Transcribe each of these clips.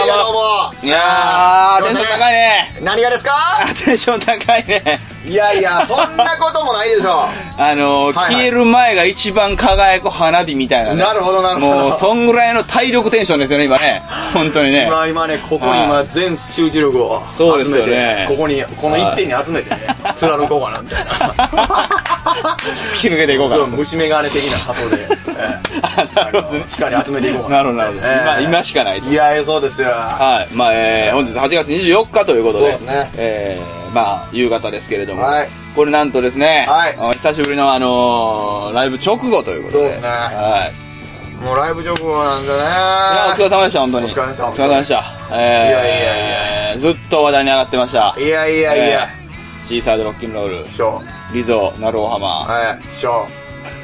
いやどうも。 いやー、テンション高いね。 何がですか？ テンション高いね。 いやいや、そんなこともないでしょ。 消える前が一番輝く花火みたいなね。 なるほどなるほど。 もう、そんぐらいの体力テンションですよね、今ね。本当にね。 今ね、ここに今、全集中力を集めて、 そうですよね。 この一点に集めてね、貫こうかな、みたいな。 吹き抜けていこうかな。 虫眼鏡的な発想で、光集めていこうかな。 なるほど、なるほど。今しかないと。 いや、そうですよ。 はい。まあ、本日8月24日ということで。 そうですね。 まあ、夕方ですけれども。 はい。 これなんとですね。 はい。 久しぶりのライブ直後ということで。 そうですね。 はい。 もうライブ直後なんでね。いや、お疲れ様でした、本当に。 お疲れ様でした。いや。ずっと話題に上がってました。 いや。 シーサイドロッキンロール。 ショー。 リゾ、ナルオハマ。 はい、ショー。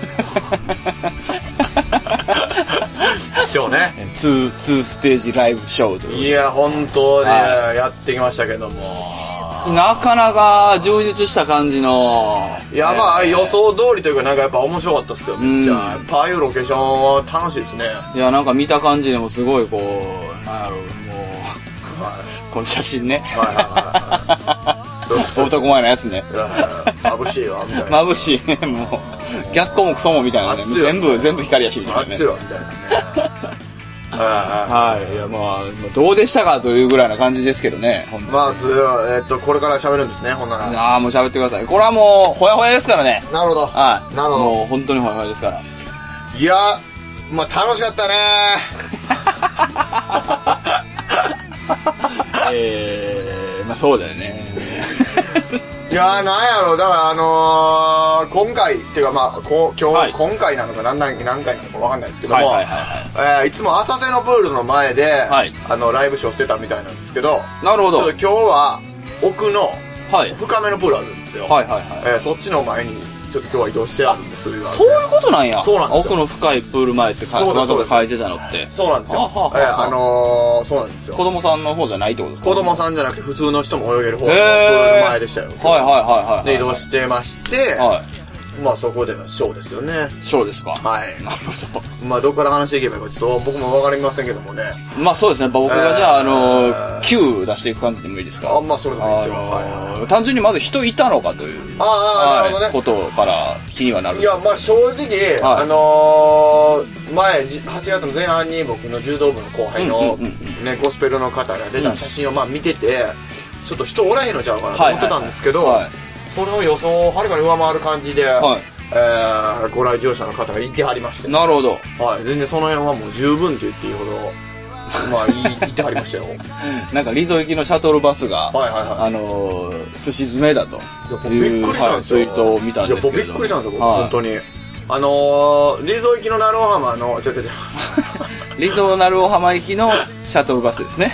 ショーね。 2ステージライブショーという。 いや、本当にやってきましたけども。 なかなか充実した感じの。 いや、まあ予想通りというか、なんかやっぱ面白かったっすよ、めっちゃ。ああいうロケーションは楽しいですね。 いや、なんか見た感じでもすごいこう、なんやろ、もう、この写真ね。男前のやつね。 眩しいわ、みたいな。 眩しいね、もう。逆光もクソもみたいなね。全部光やしみたいなね。 熱いわ、みたいなね。 はい。いや、まあ、どうでしたかというぐらいな感じですけどね。 まず、これから喋るんですね、ほんなら。 ああ、もう喋ってください。これはもう、ほやほやですからね。 なるほど。 はい。 なるほど。 もう、本当にほやほやですから。 いや、まあ、楽しかったね。 まあ、そうだよね。 いやー、なんやろう、だから今回っていうか、まあ今回なのか何回なのか分かんないですけども、いつも浅瀬のプールの前で、ライブショーしてたみたいなんですけど、 なるほど。 ちょっと今日は奥の深めのプールあるんですよ。そっちの前にちょっと今日は移動してあるんです。 そういうことなんや。 そうなんですよ。 奥の深いプール前ってわざと書いてたのって。 そうなんですよ。そうなんですよ。 子供さんの方じゃないってことですか？ 子供さんじゃなくて普通の人も泳げる方のプール前でしたよ。で移動してまして、まあそこでのショーですよね。 ショーですか。 はい。なるほど。まあどこから話していけばいいかちょっと僕も分かりませんけどもね。 まあそうですね。僕がじゃあQ 出していく感じでもいいですか？ まあそれでもいいですよ。 単純にまず人いたのかという。 なるほどね。 ことから気にはなるんですけど。 いやまあ正直前8月の前半に僕の柔道部の後輩のねゴスペルの方が出た写真をまあ見ててちょっと人おらへんのちゃうかなと思ってたんですけど。その予想をはるかに上回る感じで、ご来場者の方がいてはりまして。なるほど。全然その辺はもう十分と言っていいほど、まあ言ってはりましたよ。 なんかリゾ行きのシャトルバスが、寿司詰めだというツイートを見たんですけど。 びっくりしたんですよ、僕、本当に。リゾ行きの鳴尾浜の、 リゾ鳴尾浜行きのシャトルバスですね。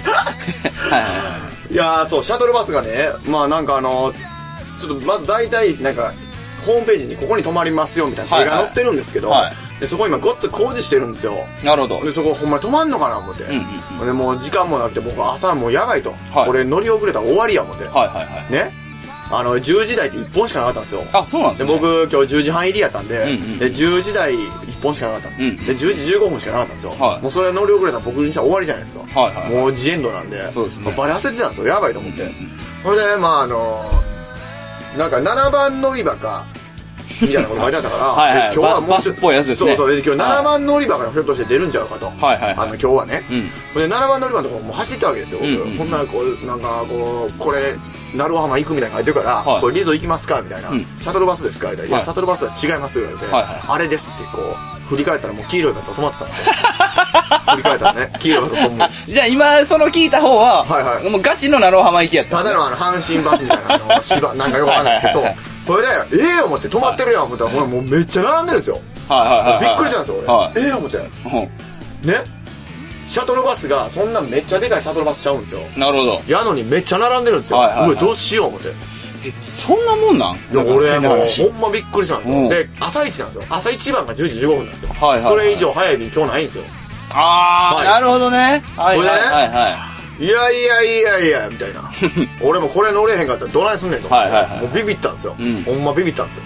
いやそう、シャトルバスがね、まあなんかちょっとまず大体なんかホームページにここに泊まりますよみたいな絵が載ってるんですけど、でそこ今ごっつ工事してるんですよ。なるほど。でそこほんまに泊まんのかな思って、でもう時間もなくて僕朝もうやばいと、これ乗り遅れたら終わりや思って、ね、10時台って1本しかなかったんですよ。あ、そうなんですね。で僕今日10時半入りやったんで、で10時台1本しかなかったんです、で10時15分しかなかったんですよ、もうそれ乗り遅れたら僕にしたら終わりじゃないですか、もうジエンドなんで、バリ焦ってたんですよ。やばいと思って、それでまあなんか7番乗り場かみたいなこと書いてあったから今日はもうバスっぽいやつですね。 そう今日7番乗り場からひょっとして出るんちゃうかと、今日はね、で7番乗り場のところも走ったわけですよ。ほんならこうなんかこれ鳴尾浜行くみたいな書いてるから、これリゾ行きますかみたいな、シャトルバスですかみたいな、いやシャトルバスは違いますよ言われて、あれですってこう振り返ったらもう黄色いバスが止まってたんですよ。振り返ったらね、黄色いバスが止まってじゃあ今その聞いた方はもうガチの鳴尾浜行きやった。 ただの阪神バスみたいななんかよくわかんないですけど、これで思って止まってるやん思ったら、もうめっちゃ並んでるんですよ。びっくりしたんですよ俺。思ってね、シャトルバスがそんなめっちゃでかいシャトルバスしちゃうんですよ。なるほど。やのにめっちゃ並んでるんですよ。どうしよう思って。 そんなもんなん？ いや俺もうほんまびっくりしたんですよ。で朝一なんですよ。朝一番が10時15分なんですよ。それ以上早い便今日ないんですよ。なるほどね。いやみたいな。俺もこれ乗れへんかったらどないすんねんと思って、もうビビったんですよ。ほんまビビったんですよ。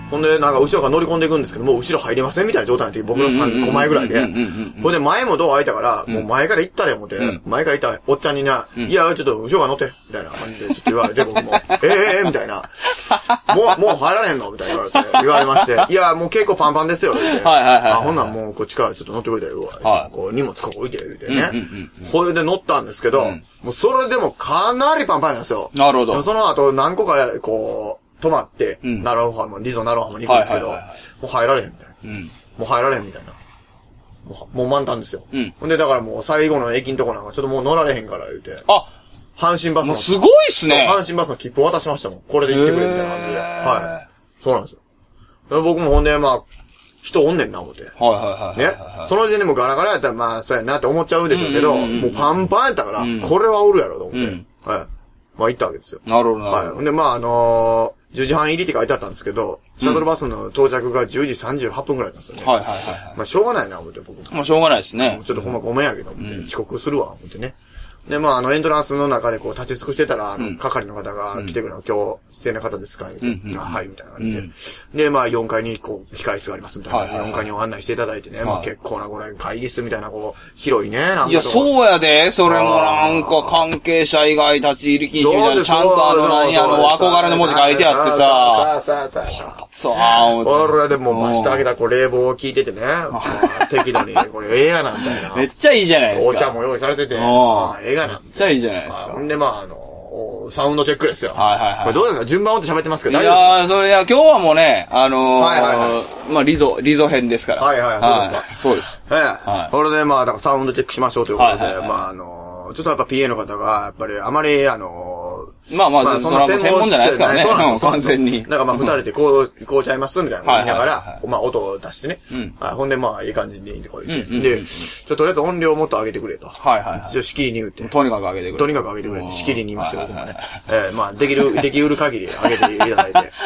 ほんで、なんか後ろから乗り込んでいくんですけど、もう後ろ入りませんみたいな状態になって、僕の3個前ぐらいで。ほんで、前もドア開いたから、もう前から行ったら思って、前から行ったおっちゃんにな、いや、ちょっと後ろから乗って、みたいな感じでちょっと言われて、僕も、みたいな。もう入られへんのみたいな言われまして、いや、もう結構パンパンですよ、みたいな。ほんなんもうこっちからちょっと乗ってくれたよ、こう荷物ここ置いて、みたいなね。ほれで乗ったんですけど、もうそれでもかなりパンパンなんですよ。 なるほど。 その後何個か、こう、止まって、ナローハも、リゾナローハもに行くんですけど、もう入られへんみたいな。もう入られへんみたいな。もう満タンですよ。ほんで、だからもう最後の駅のとこなんかちょっともう乗られへんから言うて。阪神バスの。 もうすごいっすね。 阪神バスの切符渡しましたもん。これで行ってくれみたいな感じで。はい。そうなんですよ。僕もほんで、まあ、人おんねんな、思って。ね。その時点でもガラガラやったら、まあ、そうやなって思っちゃうでしょうけど、もうパンパンやったから、これはおるやろと思って。はい。まあ行ったわけですよ。 なるほどな。 はい。で、まあ10時半入りって書いてあったんですけど、シャトルバスの到着が10時38分くらいだったんですよね。まあしょうがないな、思って僕。 まあしょうがないですね。 ちょっとほんまごめんやけど、遅刻するわ、思ってね。で、まあエントランスの中でこう立ち尽くしてたら、係の方が来てくるの、今日、出演の方ですかはい、みたいな感じで。で、まあ4階にこう、控室がありますみたいな感じで、4階にお案内していただいてね、まあ結構なこれ会議室みたいなこう、広いね、なんか。 いや、そうやで、それもなんか関係者以外立ち入り禁止みたいな、ちゃんと憧れの文字書いてあってさ。腹立つわ、思って。 俺でも真下上げたこう冷房を聞いててね、適度に、これええやな、みたいな。 めっちゃいいじゃないですか。 お茶も用意されてて、めっちゃいいじゃないですか。 で、まあサウンドチェックですよ。これどうですか順番をって喋ってますけど、 大丈夫ですか？いや、今日はもうね、まあ、リゾ編ですから。そうです。 そうです。それで、まあ、だからサウンドチェックしましょうということで、まあ、ちょっとやっぱ PA の方が、やっぱりあまり、 まあ、そんな専門じゃないですからね。そうなんですよ。完全に。 だからまあ、二人でこうちゃいますみたいなのを言いながら、まあ、音を出してね。ほんで、まあ、いい感じでいいんでこう言って。で、とりあえず音量をもっと上げてくれと。しきりに言って。 とにかく上げてくれ。 とにかく上げてくれって、しきりに言いましたよ、僕もね。まあ、できうる限り上げていただいて。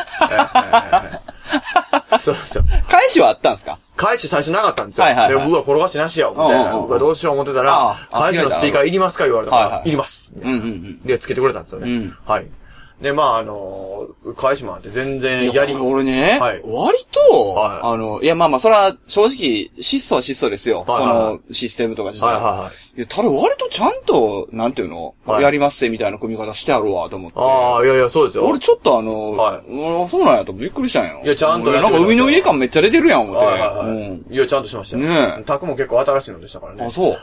そうそう。 返しはあったんですか？ 返し最初なかったんですよ。で、うわ、転がしなしや、みたいな。僕はどうしよう思ってたら、返しのスピーカーいりますか言われたから、いります。で、つけてくれたんですよね。はい。で、まあ返しもあって全然俺ね、割と、いやまあそれは正直、質素は質素ですよ。そのシステムとか自体。いや、ただ割とちゃんと、なんていうのやりますせみたいな組み方してあるわ、と思って。 いやいや、そうですよ。 俺ちょっとそうなんやとびっくりしたんよ。 いや、ちゃんとなんか海の家感めっちゃ出てるやん、思って。 いや、ちゃんとしましたよ。ねタクも結構新しいのでしたからね。 そう。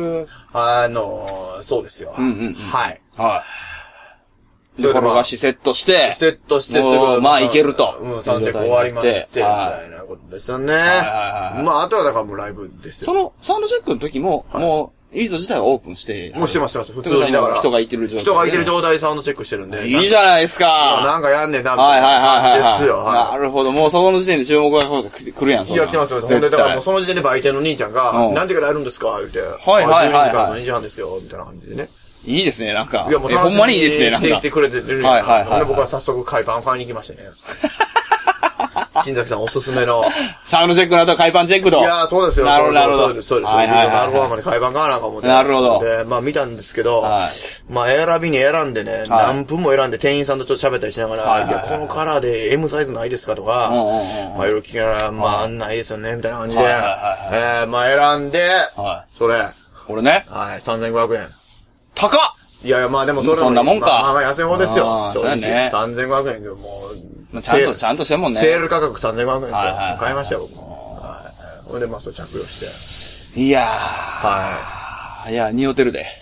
そうですよ。はい。 で、転がしセットして、 すぐ、 まあいけると。 サウンドチェック終わりまして、みたいなことですよね。まあ、あとはだからもうライブですよ。 その、サウンドチェックの時も、もう、リゾ自体はオープンして。 もうしてます。普通にだから。 人がいてる状態。 人がいてる状態でサウンドチェックしてるんで。 いいじゃないですか。 なんかやんねんな、みたいな感じですよ。 なるほど。もうそこの時点で注目が来るやん、 いや、来ますよ。ほんで、だからもうその時点で売店の兄ちゃんが、何時からやるんですか言うて。12時からの2時半ですよ、みたいな感じでね。 いいですね、なんか。 いや、もうほんまにいいですね、なんか。 してきてくれてるやん。で、僕は早速海パンを買いに行きましたね。新崎さんおすすめの。 サウンドチェックの後は海パンチェックと。 いや、そうですよ。 なるほど。 そうです。なるほど。まで海パンかなんか思って。 なるほど。 で、まあ見たんですけど、まあ選びに選んでね、何分も選んで店員さんとちょっと喋ったりしながら、いや、このカラーで M サイズないですかとか、まあいろいろ聞きながら、まあないですよね、みたいな感じで、まあ選んで、それ。 俺ね。 はい、3500円。 高っ！ いやいや、まあでもそれも。 そんなもんか。 まあ安い方ですよ。正直。3500円でもう。 ちゃんとしてんもんね。 セール価格3500円ですよ。買いましたよ、僕も。ほんで、まあそれ着用して。いやー。いや、匂ってるで。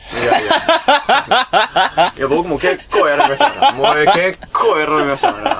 いや、僕も結構選びましたから。もう結構選びましたから。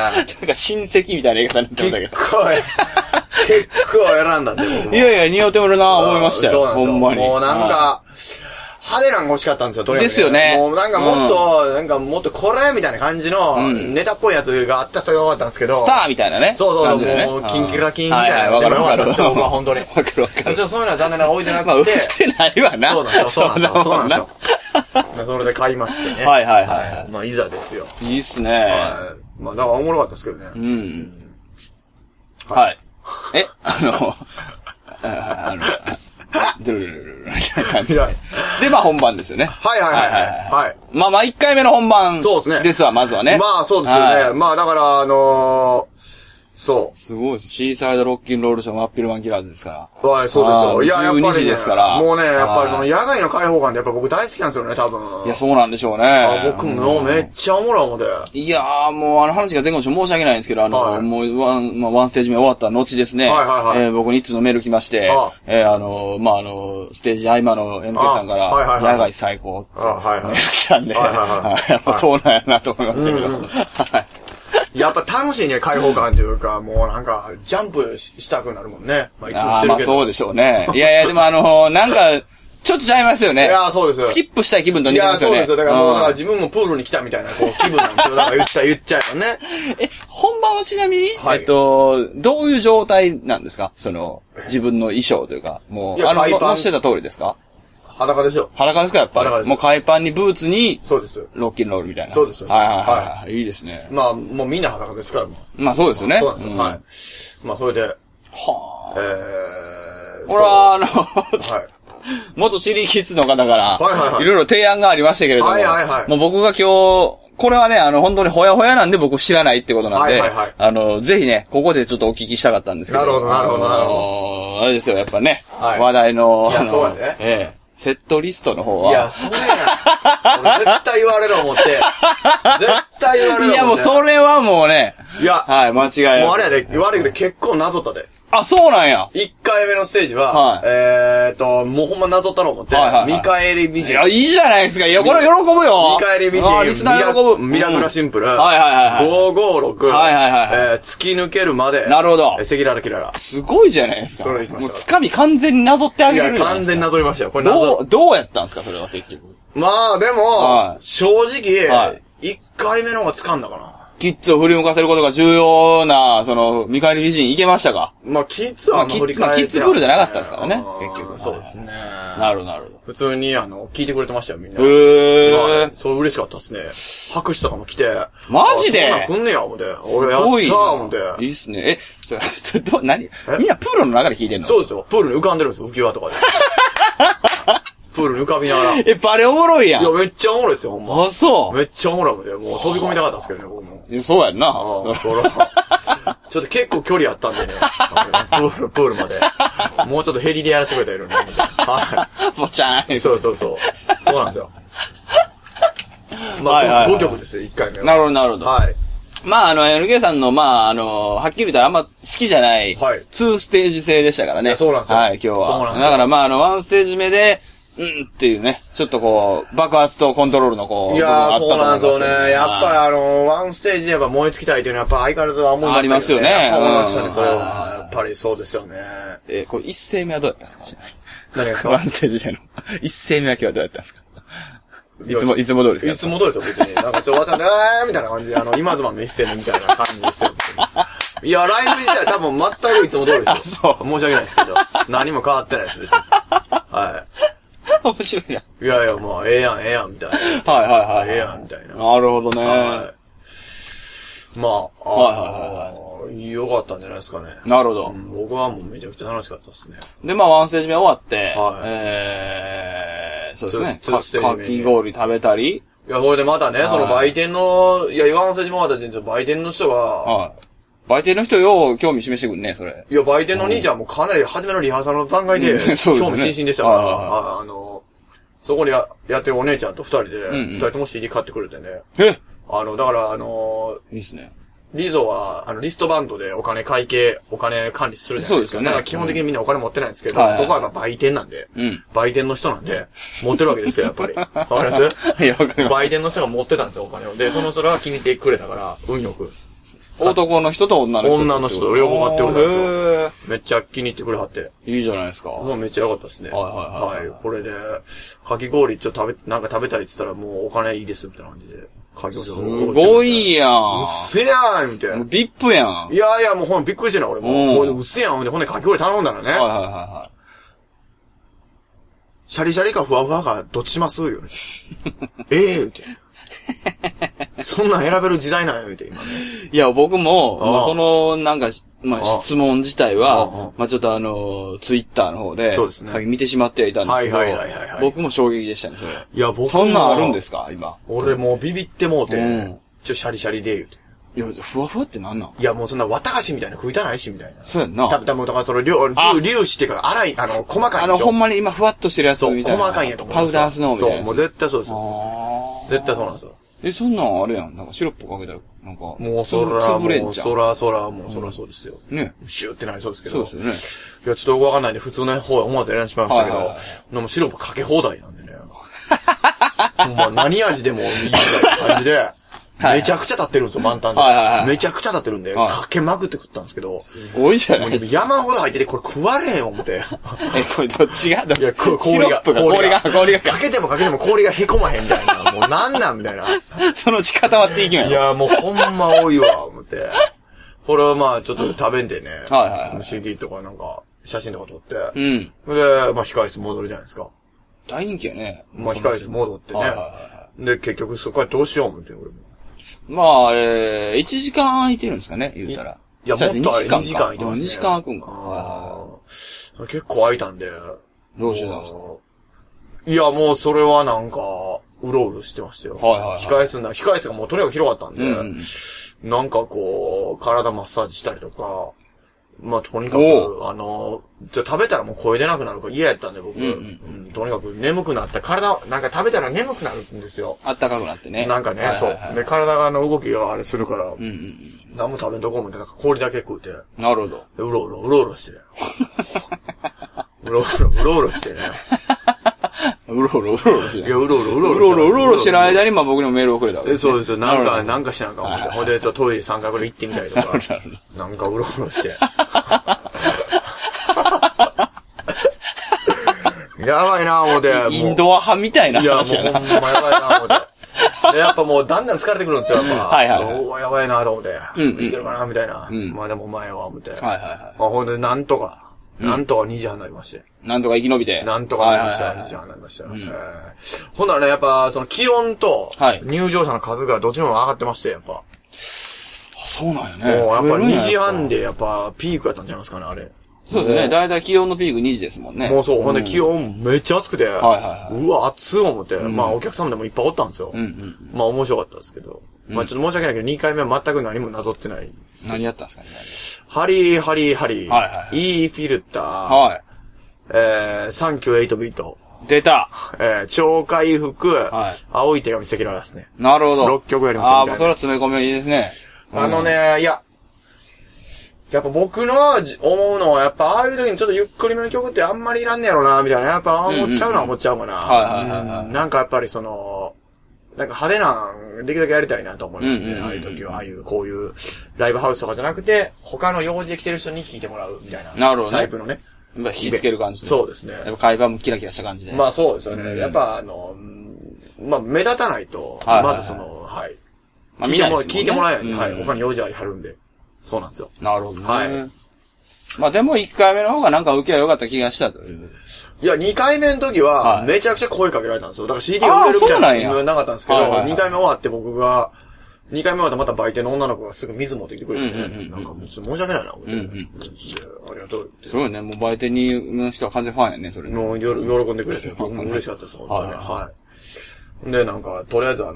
なんか親戚みたいな言い方になってたけど。 結構選んだんで、僕も。 いやいや、匂ってるな思いましたよ。 そうなんですよ。 ほんまに。 もうなんか、派手なの欲しかったんですよ、とりあえず。 ですよね。 もうなんかもっとこれみたいな感じの、ネタっぽいやつがあったらそれが良かったんですけど。 スターみたいなね。 そう、もう、キンキラキンみたいな。 わかるわかる。 そう、本当に。 わかるわかる。 そういうのは残念ながら置いてなくて。 まあ、売ってないわな。 そうなんですよ。そうなんですよ。それで買いましてね。 はい。 まあ、いざですよ。 いいっすね。 まあ、だからおもろかったですけどね。 はい。ドゥルルルルみたいな感じで。で、まあ本番ですよね。 はい。 まあ1回目の本番。そうですね。ですわ、まずはね。 まあそうですよね。まあだからそう。 すごいです。シーサイドロッキンロールショーマッピルマンキラーズですから。 はい、そうですよ。いや、やっぱり、ね。12 時ですから。 もうね、やっぱりその野外の開放感ってやっぱ僕大好きなんですよね、多分。 いや、そうなんでしょうね。 僕もめっちゃおもろい思て。 いやー、もう話が前後して申し訳ないんですけど、もうワンステージ目終わった後ですね。僕にいつのメール来まして、ステージ合間の MK さんから、野外最高ってメール来たんで、やっぱそうなんやなと思いましたけど。 やっぱ楽しいね、開放感というか、もうなんか、ジャンプしたくなるもんね。まあ、いつもしてるけど。 そうでしょうね。いや、でもなんか、ちょっとちゃいますよね。 いや、そうですよ。 スキップしたい気分と似てますよね。 いや、そうですよ。だからもう、自分もプールに来たみたいな、こう、気分なんですよ。だから言っちゃえばね。 本番はちなみに、どういう状態なんですか？自分の衣装というか、もう、載してた通りですか？ 裸ですよ。 裸ですか、やっぱり。もう海パンにブーツに、 そうです。 ロッキンロールみたいな。 そうです。 はい。いいですね。 まあ、もうみんな裸ですから。 まあそうですよね。 そうなんですよ。はい。まあ、それで。 俺は元チリキッズの方から、いろいろ提案がありましたけれども、もう僕が今日、これはね、本当にほやほやなんで僕知らないってことなんで、ぜひね、ここでちょっとお聞きしたかったんですけど。 なるほど。 あれですよ、やっぱね、話題の、 そうやね。 セットリストの方は。 いや、それや。俺絶対言われる思って。絶対言われる思って。 いや、もうそれはもうね。 いや。 はい、間違いない。 もうあれやで、言われるけど結構なぞったで。 あ、そうなんや。 1回目のステージは、もうほんまなぞったろう思って、見返り美人。 いや、いいじゃないですか。いや、これ喜ぶよ。 見返り美人。 リスナー喜ぶ。 ミラクラシンプル。 556。 突き抜けるまで。 なるほど。 赤裸々キララ。 すごいじゃないですか。 それ行きました。 もうつかみ完全になぞってあげる。 いや、完全になぞりましたよ。これどうやったんですか、それは結局。 まあ、でも、正直、1回目の方が掴んだかな。 キッズを振り向かせることが重要な、見返り美人いけましたか？ まあ、キッズはキッズプールじゃなかったですからね、結局。 そうですね。 なるほど。 普通に、聞いてくれてましたよ、みんな。そう嬉しかったですね。拍手とかも来て。 マジで？ そんなん来んねや、思って。俺やったー、思って。 いいっすね。何？みんなプールの中で聞いてんの？ そうですよ。プールに浮かんでるんですよ、浮き輪とかで。プールに浮かびながら。 バレおもろいやん。 いや、めっちゃおもろいですよ、ほんま。 あ、そう。 めっちゃおもろいもんで、もう飛び込みたかったですけどね、僕も。 そうやんな。 ちょっと結構距離あったんでね。プールまで。もうちょっとヘリでやらせてくれたらいるんで。はい。 もちゃーん。 そう。そうなんですよ。まあ、5曲ですよ、1回目は。 なるほど。 はい。 まあ、NK さんの、はっきり言ったらあんま好きじゃない、2ステージ制でしたからね。 そうなんですよ。 はい、今日は。だから1ステージ目で、っていうね、ちょっと爆発とコントロールのいやー、そうなんですよね。やっぱりワンステージでやっぱ燃え尽きたいというのはやっぱ相変わらずは思いましたよね。 ありますよね。 思いましたね、それは。やっぱりそうですよね。 これ一声目はどうやったんですか？ 何がですか？ ワンステージでの。一声目は今日はどうやったんですか？いつも通りですか？ いつも通りですよ、別に。なんかわちゃんで、みたいな感じで、今妻の一声目みたいな感じですよ。いや、ライブ自体多分全くいつも通りですよ。申し訳ないですけど。何も変わってないです、別に。はい。 面白いな。 いやいや、まあ、ええやん、みたいな。 はい。 ええやん、みたいな。 なるほどね。 まあ、よかったんじゃないですかね。 なるほど。 僕はもうめちゃくちゃ楽しかったですね。 で、ワンステージ目終わって、そうですね。かき氷食べたり。 いや、これでまたね、その売店の、いや、ワンステージも終わった時に売店の人が、 売店の人よ、興味示してくんね、それ。 いや、売店の兄ちゃんもかなり初めのリハーサルの段階で、興味津々でしたから、そこにやってるお姉ちゃんと二人で、二人とも CD 買ってくれてね。だからいいっすね。 リゾは、リストバンドでお金管理するじゃないですか。そうですよね。だから基本的にみんなお金持ってないんですけど、そこはやっぱ売店なんで、売店の人なんで、持ってるわけですよ、やっぱり。わかります？ いや、わかります。 売店の人が持ってたんですよ、お金を。で、その人が気に入ってくれたから、運よく。 男の人と女の人。 女の人と両方買ってくれたんですよ。めっちゃ気に入ってくれはって。 いいじゃないですか。 もうめっちゃ良かったですね。はい。これで、かき氷ちょっとなんか食べたいって言ったらもうお金いいです、みたいな感じで。かき氷すごいやん。 うっせやんみたいな。 ビップやん。 いやいや、もうほんびっくりしてな、俺も。うっせやん。ほんでかき氷頼んだらね。シャリシャリかふわふわかどっちしますよ。みたいな。そんなん選べる時代なんよ、今ね。 いや、僕も、質問自体は、ちょっとツイッターの方で、 そうですね。 さっき見てしまってはいたんですけど、僕も衝撃でしたね、それ。 いや、僕も。 そんなんあるんですか、今。 俺もうビビってもうて、シャリシャリで言うて。 いや、ふわふわってなんなん？ いや、もうそんな綿菓子みたいな食いたないし、みたいな。 そうやんな。 だからその、粒子っていうか、粗い、細かいでしょ。 ほんまに今ふわっとしてるやつみたいな。 そう、細かいやと思う。 パウダースノーみたいな。 そう、もう絶対そうですよ。絶対そうなんですよ。 そんなんあれやん。なんかシロップかけたら、なんか。 もう潰れんじゃん。もうそうですよ。 ね。 シューってなりそうですけど。 そうですよね。 いや、ちょっとよくわかんないんで、普通の方思わず選んでしまいましたけど、でもシロップかけ放題なんでね。もう何味でもいいみたいな感じで、めちゃくちゃ立ってるんですよ、満タンで。めちゃくちゃ立ってるんで、かけまくって食ったんですけど。 すごいじゃないですか。山ほど入ってて、これ食われへん思って。 これどっちがいや、 氷が。かけても氷がへこまへんみたいな。もうなんみたいな。 そのうち固まっていきます。 いや、もうほんま多いわ、思って。これはまあ、ちょっと食べんでね。CD とかなんか、写真とか撮って。で、まあ、控室戻るじゃないですか。 大人気やね。 まあ、控室戻ってね。で、結局、そこはどうしよう思って、俺も。 まあ、1時間空いてるんですかね、言うたら。 いや、もっと2時間空いてますね。 2時間空くんか。 結構空いたんで。 どうしてたんですか？ いや、もうそれはなんか、うろうろしてましたよ。控室がもうとにかく広かったんで、なんかこう、体マッサージしたりとか、まあ、とにかく、じゃ食べたらもう声出なくなるから嫌やったんで、僕。とにかく眠くなって、なんか食べたら眠くなるんですよ。 あったかくなってね。 なんかね、そう。で、体が動きがあれするから、何も食べんとこうもんで、なんか氷だけ食うて。 なるほど。 うろうろして。うろうろしてね。 うろうろして。 いや、うろうろしてる間に、まあ僕にもメール送れたわけです。 そうですよ。なんかしなあかん思って。ほんで、ちょっとトイレ3回ぐらい行ってみたりとか。なんかうろうろして。やばいな思って。 インドア派みたいな話やな。いや、もうほんまやばいな思って。で、やっぱもうだんだん疲れてくるんですよ、やっぱ。うわ、やばいなと思って。いけるかなみたいな。まあでも前は思って。まあほんで、なんとか2時半になりまして。 なんとか生き延びて。 なんとか2時半になりました。ほんならね、やっぱ、その気温と、入場者の数がどっちも上がってまして、やっぱ。 そうなんよね。 もうやっぱ2時半でやっぱピークやったんじゃないですかね、あれ。 そうですね。だいたい気温のピーク2時ですもんね。 もうそう。ほんで気温めっちゃ暑くて。うわ、暑い思って。まあお客様でもいっぱいおったんですよ。まあ面白かったですけど。まあちょっと申し訳ないけど2回目は全く何もなぞってない。 何やったんですかね。 ハリー。いいフィルター。サンキュー8ビート。 出た。 超回復。青い手紙赤裸々ですね。 なるほど。 6曲やりましたみたいな。 それは詰め込みはいいですね。 いや。やっぱ僕の思うのは、やっぱああいう時にちょっとゆっくりめの曲ってあんまりいらんねやろな、みたいな。やっぱ思っちゃうのは思っちゃうかな。なんかやっぱりなんか派手なんできるだけやりたいなと思いますね。ああいう時は、こういうライブハウスとかじゃなくて、他の用事で来てる人に聴いてもらうみたいな。 なるほどね。 タイプのね。 引きつける感じで。 そうですね。 やっぱ会話もキラキラした感じで。 まあそうですよね。やっぱまあ目立たないと、まず聞いてもらえない。他に用事ありはるんで。そうなんですよ。 なるほどね。まあでも1回目の方がなんか受けは良かった気がしたという。 いや、2回目の時は、めちゃくちゃ声かけられたんですよ。だから CD が売れるみたいな言わなかったんですけど、2回目終わって僕が、2回目終わってまた売店の女の子がすぐ水持ってきてくれて、なんか申し訳ないな、ありがとうって。 すごいね、もう売店の人は完全ファンやね、それ。 もう喜んでくれて、僕も嬉しかったです、本当に。はい。で、なんか、とりあえず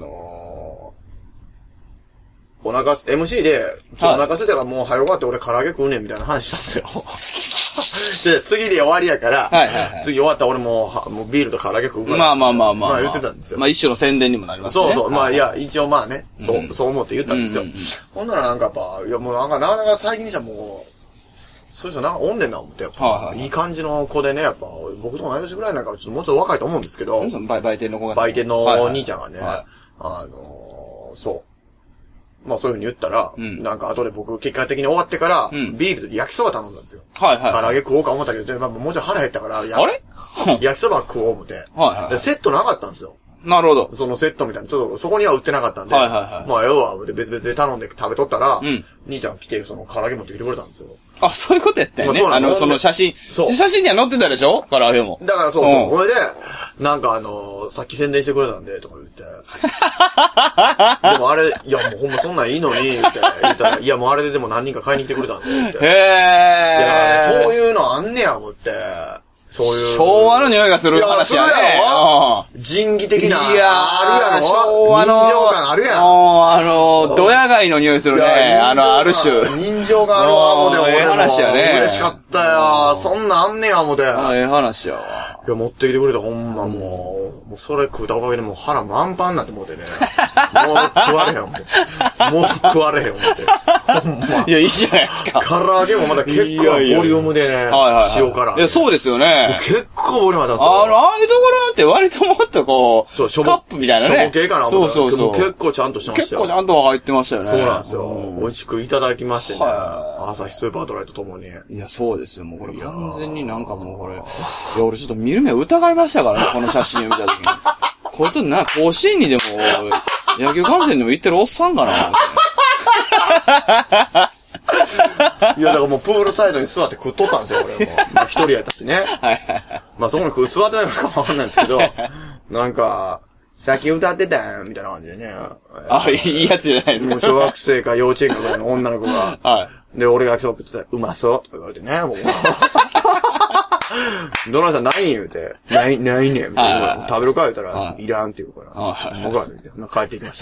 MC で、お腹空いたからもう早終わって俺唐揚げ食うねんみたいな話したんですよ。で、次で終わりやから、次終わったら俺もうビールと唐揚げ食うから。まあ言ってたんですよ。 まあ一種の宣伝にもなりますね。 そう。まあいや、一応まあね、そう思って言ったんですよ。ほんならなんかやっぱ、いやもうなんかなかなか最近にしたらもう、そういう人なんかおんねんな思って、やっぱ、いい感じの子でね、やっぱ、僕と同い年ぐらいなんかもうちょっと若いと思うんですけど、 売店の子が。 売店の兄ちゃんがね、そう。まあそういう風に言ったら、なんか後で僕結果的に終わってから、ビールと焼きそば頼んだんですよ。唐揚げ食おうか思ったけど、もうちょい腹減ったから、焼きそば食おう思って。セットなかったんですよ。 なるほど。 そのセットみたいな、ちょっとそこには売ってなかったんで、まあ要は別々で頼んで食べとったら、兄ちゃん来てその唐揚げ持ってきてくれたんですよ。 あ、そういうことやったよね。その写真。写真には載ってたでしょ？唐揚げも。 だからそう。これで、なんかさっき宣伝してくれたんで、とか言って。でもあれ、いやもうほんまそんなんいいのに、みたいな言ったら、いやもうあれででも何人か買いに来てくれたんで、って。いや、そういうのあんねや、思って。 そういう。 昭和の匂いがする話やね。 仁義的な。 いやあるやろ昭和の。人情感あるやん。 ドヤ街の匂いするね。ある種。 人情があるわ、もうでも。 ええ話やね。 嬉しかったよ。そんなんあんねや、もうで。 ええ話やわ。 いや、持ってきてくれた、ほんまもう。もうそれ食うたおかげでもう腹満帆になってもうてね。もう食われへん、もう。もう食われへん、思って。ほんま。 いや、いいじゃないですか。 唐揚げもまだ結構ボリュームでね。塩辛。 いや、そうですよね。 結構ボリュームあったんですよ。 ああいうところって割ともっとこう、カップみたいなね。 しょぼ系かな。 そうそうそう。 結構ちゃんとしてましたよ。 結構ちゃんと入ってましたよね。 そうなんですよ。美味しくいただきましてね。朝日スーパードライとともに。 いや、そうですよ。もうこれ完全になんかもうこれ。いや、俺ちょっと見る目疑いましたからね、この写真を見たときに。こいつ甲子園にでも、野球観戦でも行ってるおっさんかな。 いや、だからもうプールサイドに座って食っとったんですよ、俺も。まあ一人やったしね。まあそこに座ってないのかわかんないんですけど、なんか、さっき歌ってたんみたいな感じでね。 あ、いいやつじゃないですか。 もう小学生か幼稚園かぐらいの女の子が。 はい。 で、俺がそう食ってたら、うまそうとか言われてね、もう。ドナさんないん言うて、ないねん、みたいな。食べるか言うたら、いらんって言うから、僕は帰ってきました。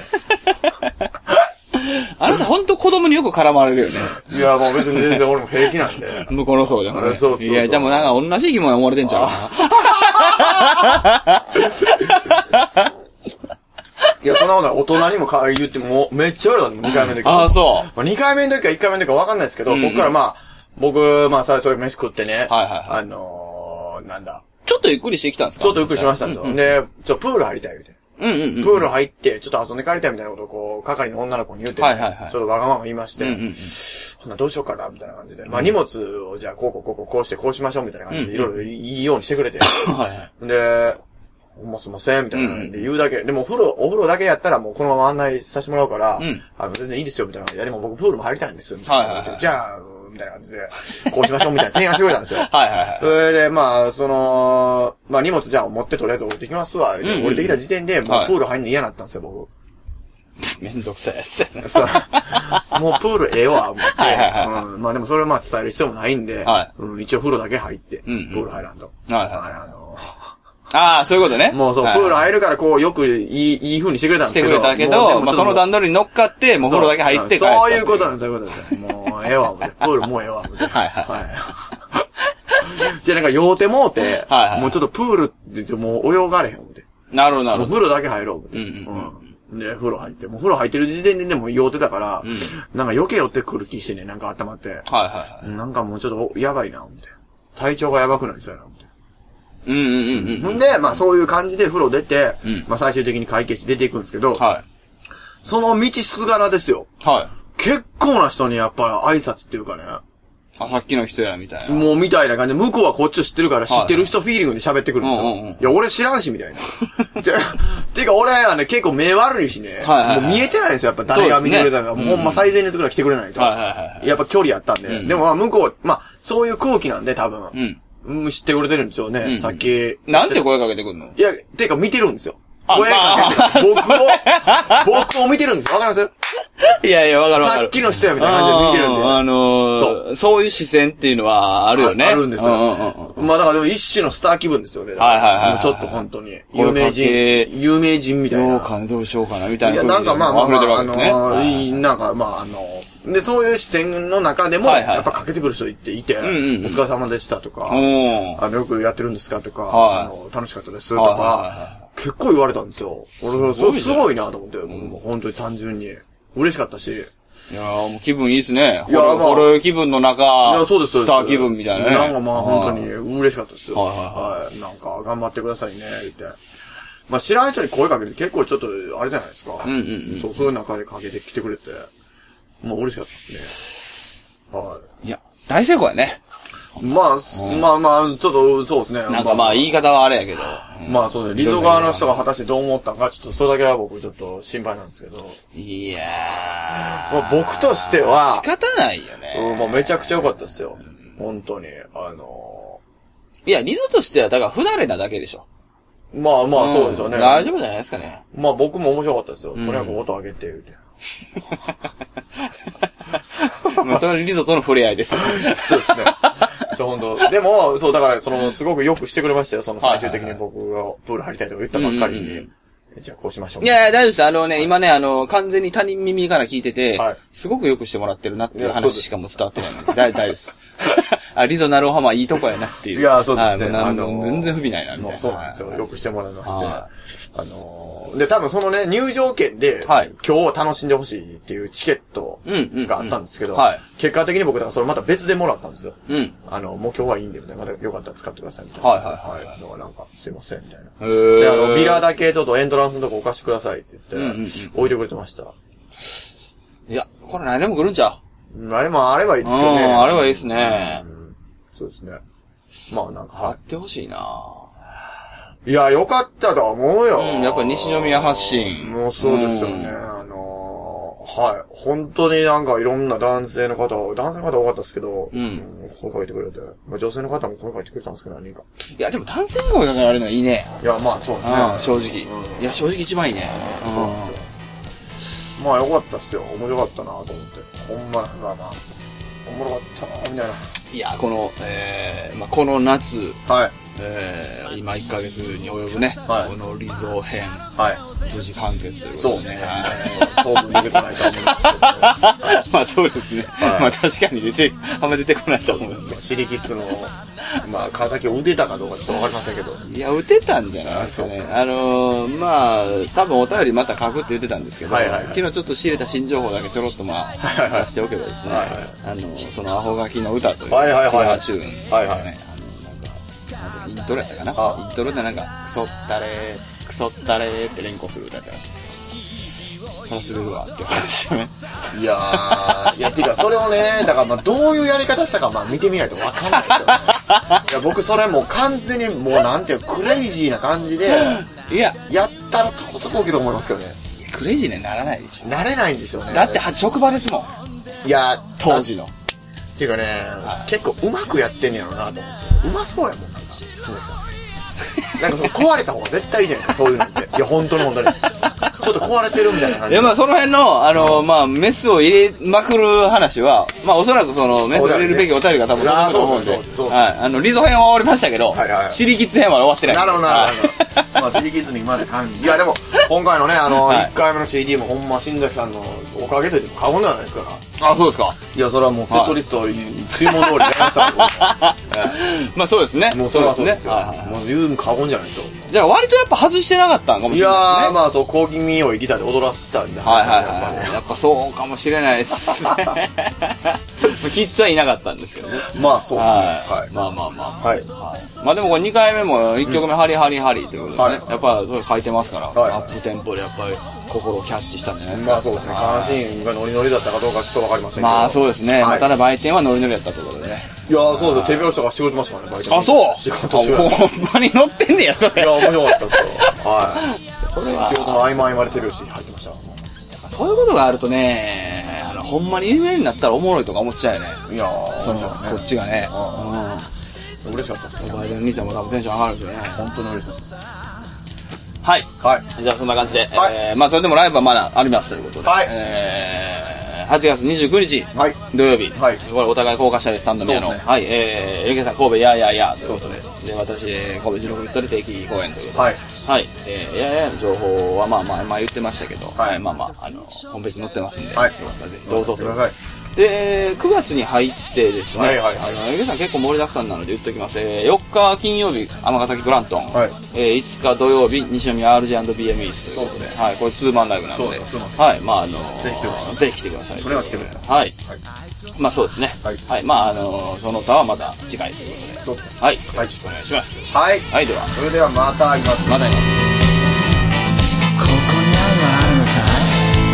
あなたほんと子供によく絡まれるよね。 いや、もう別に全然俺も平気なんで。 向こうのそうじゃん。そうそう。 いや、でもなんか同じ疑問に思われてんちゃういや、そんなことない。大人にも言っても、めっちゃ言われたの、2回目の時。 ああ、そう。 まあ、2回目の時か1回目の時か分かんないですけど、そっからまあ、僕、まあ、そういう飯食ってね。なんだ。 ちょっとゆっくりしてきたんですか？ ちょっとゆっくりしましたんですよ。で、プール入りたい言うて。プール入って、ちょっと遊んで帰りたいみたいなことをこう、係の女の子に言うて、ちょっとわがまま言いまして、ほなどうしようかな、みたいな感じで。まあ荷物をじゃあこうしてこうしましょうみたいな感じでいろいろいいようにしてくれて。で、ほんますいません、みたいな感じで言うだけ。でもお風呂だけやったらもうこのまま案内させてもらうから、全然いいですよ、みたいな感じで。いやでも僕プールも入りたいんです、みたいな感じで。じゃあ、みたいな感じで、こうしましょうみたいな提案してくれたんですよ。それで、まあ、まあ荷物じゃあ持ってとりあえず降りてきますわ。降りてきた時点で、もうプール入んの嫌になったんですよ、僕。 めんどくさいやつやな。 そう。もうプールええわ、思って。まあでもそれはまあ伝える必要もないんで、一応風呂だけ入って、プール入らんと。 ああ、そういうことね。 もうそう、プール入るからこう、よくいい風にしてくれたんですけど。 してくれたけど、まあその段取りに乗っかって、もう風呂だけ入って帰った。 そういうことなんです、そういうことです。もう、ええわ、プールもうええわ、みたいな。じゃあなんか酔うてもうて、もうちょっとプールってもう泳がれへん、思って。 なるほど、なるほど。 風呂だけ入ろう、思って。で、風呂入って。もう風呂入ってる時点でもう酔うてたから、なんか余計酔ってくる気してね、なんか温まって。なんかもうちょっとやばいな、思って。体調がやばくなりそうやな、思って。んで、まあそういう感じで風呂出て、まあ最終的に会計して出ていくんですけど、その道すがらですよ。結構な人にやっぱり挨拶っていうかね。 あ、さっきの人や、みたいな。 もうみたいな感じで、向こうはこっちを知ってるから知ってる人フィーリングで喋ってくるんですよ。いや、俺知らんし、みたいな。てか俺はね、結構目悪いしね。もう見えてないんですよ、やっぱ誰が見てくれたか。もうほんま最前列ぐらい来てくれないと。やっぱ距離あったんで。でもまあ向こう、まあそういう空気なんで多分。知ってくれてるんですよね、さっき。 なんて声かけてくるの？ いや、てか見てるんですよ。声かけて、僕を見てるんですよ。わかりますいやいや、わかるわかる。 さっきの人やみたいな感じで見てるんで。 そういう視線っていうのはあるよね。 あるんですよ。まあだからでも一種のスター気分ですよね。ちょっと本当に。有名人みたいな。 どうしようかな、みたいな。 いや、なんかまあ、なんかまあで、そういう視線の中でも、やっぱかけてくる人いて、お疲れ様でしたとか、よくやってるんですかとか、楽しかったですとか、結構言われたんですよ。俺、すごいなと思って、もう本当に単純に。嬉しかったし。 いやー、もう気分いいっすね。ホロ気分の中、スター気分みたいなね。 なんかまあ本当に嬉しかったですよ。なんか頑張ってくださいね、言って。まあ知らん人に声かけて結構ちょっと、あれじゃないですか。そういう中でかけてきてくれて、まあ嬉しかったですね。 いや、大成功やね。 まあ、ちょっと、そうですね。 なんかまあ言い方はあれやけど。 まあそうね、リゾ側の人が果たしてどう思ったのか、ちょっとそれだけは僕ちょっと心配なんですけど。 いやー。 まあ僕としては。 仕方ないよね。 まあめちゃくちゃ良かったですよ。本当に。 いや、リゾとしては、だから不慣れなだけでしょ。 まあそうですよね。 大丈夫じゃないですかね。 まあ僕も面白かったですよ。とにかく音上げて、言うて。 まあそれはリゾとの触れ合いですよ。 そうですね。 本当。でも、そう、だから、すごくよくしてくれましたよ。最終的に僕がプール入りたいとか言ったばっかりに。じゃあこうしましょう。 いやいや、大丈夫です。今ね、完全に他人耳から聞いてて、すごくよくしてもらってるなっていう話しかも伝わってないので、大丈夫です。リゾナルオハマいいとこやなっていう。 いや、そうですね。 全然不備ないな、みたいな。 そうなんですよ。よくしてもらいまして。で、多分入場券で、今日を楽しんでほしいっていうチケットがあったんですけど、結果的に僕、だからそれまた別でもらったんですよ。もう今日はいいんで、みたいな。またよかったら使ってください、みたいな。はい。だからなんか、すいません、みたいな。で、ビラだけちょっとエントランスのとこ置かしてくださいって言って、置いてくれてました。 いや、これ何でも来るんちゃう？ 何もあればいいですけどね。 あればいいですね。 そうですね。まあなんか。 あってほしいな。 いや、よかったと思うよ。 やっぱ西宮発信。 もうそうですよね。はい。本当になんかいろんな男性の方多かったですけど、声かけてくれて。女性の方も声かけてくれたんですけど、何人か。 いや、でも男性の声かけられるのはいいね。 いや、まあそうですね。 正直。いや、正直一番いいね。 まあよかったっすよ。面白かったなと思って。ほんま、まあ、おもろかったなみたいな。 いや、この夏。 はい。 今1ヶ月に及ぶね。このリゾ編。 はい。 無事完結ということでね。当分出てこないと思うんですけど。 まあそうですね。まあ確かにあんま出てこないと思うんですシリキッズの、まあ、川崎を打てたかどうかちょっとわかりませんけど。 いや、打てたんじゃないですかね。まあ、多分お便りまた書くって言ってたんですけど、昨日ちょっと仕入れた新情報だけちょろっと出しておけばですね、そのアホガキの歌という、キラーチューン。イントロやったかな。イントロでなんか、クソったれって連呼する歌やったらしいですよ。そらするわって話ね。 いやー、っていうかそれをね、だからまあどういうやり方したかまあ見てみないとわかんないですよね。いや、僕それもう完全にもうなんていうクレイジーな感じで、やったらそこそこ起きると思いますけどね。 クレイジーにはならないでしょ。 なれないんですよね。 だって職場ですもん。 いや、 当時の。 っていうかね、結構うまくやってんねやろなと思って。うまそうやもん、なんか、鈴木さん。なんか壊れた方が絶対いいじゃないですか、そういうのって。いや、本当に。ちょっと壊れてるみたいな感じ。 いや、まあ、その辺の、まあ、メスを入れまくる話は、まあ、おそらくメスを入れるべきお便りが多分届くと思うんで、リゾ編は終わりましたけど、シリキッズ編は終わってない。 なるほど。まあ、シリキッズにまで管理。いや、でも、今回のね、1回目の CD もほんま、新崎さんのおかげと言っても過言ではないですから。 あ、そうですか。 いや、それはもうセットリストを注文通りやりました。 まあ、そうですね。 もうそうですね。もう言う過言じゃないですよ。 じゃあ割とやっぱ外してなかったんかもしれない、ね。 いやー、まあそう、コーギミーをギターで踊らせたんじゃないですか。 やっぱそうかもしれないですね。キッズはいなかったんですけどね。 まあそうですね。 はい。まあ。はい。まあでもこれ2回目も1曲目ハリハリハリということでね。やっぱそれ書いてますから、アップテンポでやっぱり心をキャッチしたんじゃないですか。 まあそうですね。下半身がノリノリだったかどうかちょっとわかりませんけど。 まあそうですね。まあただ売店はノリノリだったということでね。 いやー、そうですよ。手拍子とかしてくれてましたからね、売店。 あ、そう仕事中。 ほんまに乗ってんねや、それ。 いや、面白かったですよ。はい。それは仕事の合間で手拍子入ってました。 そういうことがあるとね、ほんまに有名になったらおもろいとか思っちゃうよね。 いやー、 こっちがね。 嬉しかったですね。 バイデン兄ちゃんも多分テンション上がるんですよね。 本当に嬉しかったです。 はい。じゃあそんな感じで、まあそれでもライブはまだありますということで。8月29日、土曜日、これお互い高架下で3度目の、ゆけさん神戸やということで、で、私、神戸16リットル定期公演ということで、やの情報はまあ言ってましたけど、まあホームページ載ってますんで、よかったらぜひどうぞと。で、9月に入ってですね、ゆけさん結構盛りだくさんなので言っときます。4日金曜日、尼崎ブラントン、5日土曜日、西宮 RG&BM イースということで、これツーマンライブなので、まあぜひ来てください。 それは来てください。 はい。まあそうですね。はい。まあその他はまた次回ということで。 そうです。 はい。よろしくお願いします。 はい。 はい、では。 それではまた会います。 また会います。 ここにあるのかい？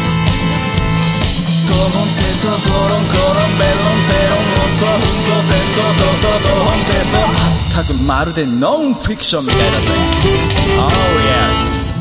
ドロン戦争、ドロンコロンベロンテロン論争紛争戦争闘争同本戦争まったくまるでノンフィクションみたいだぜ。Oh yes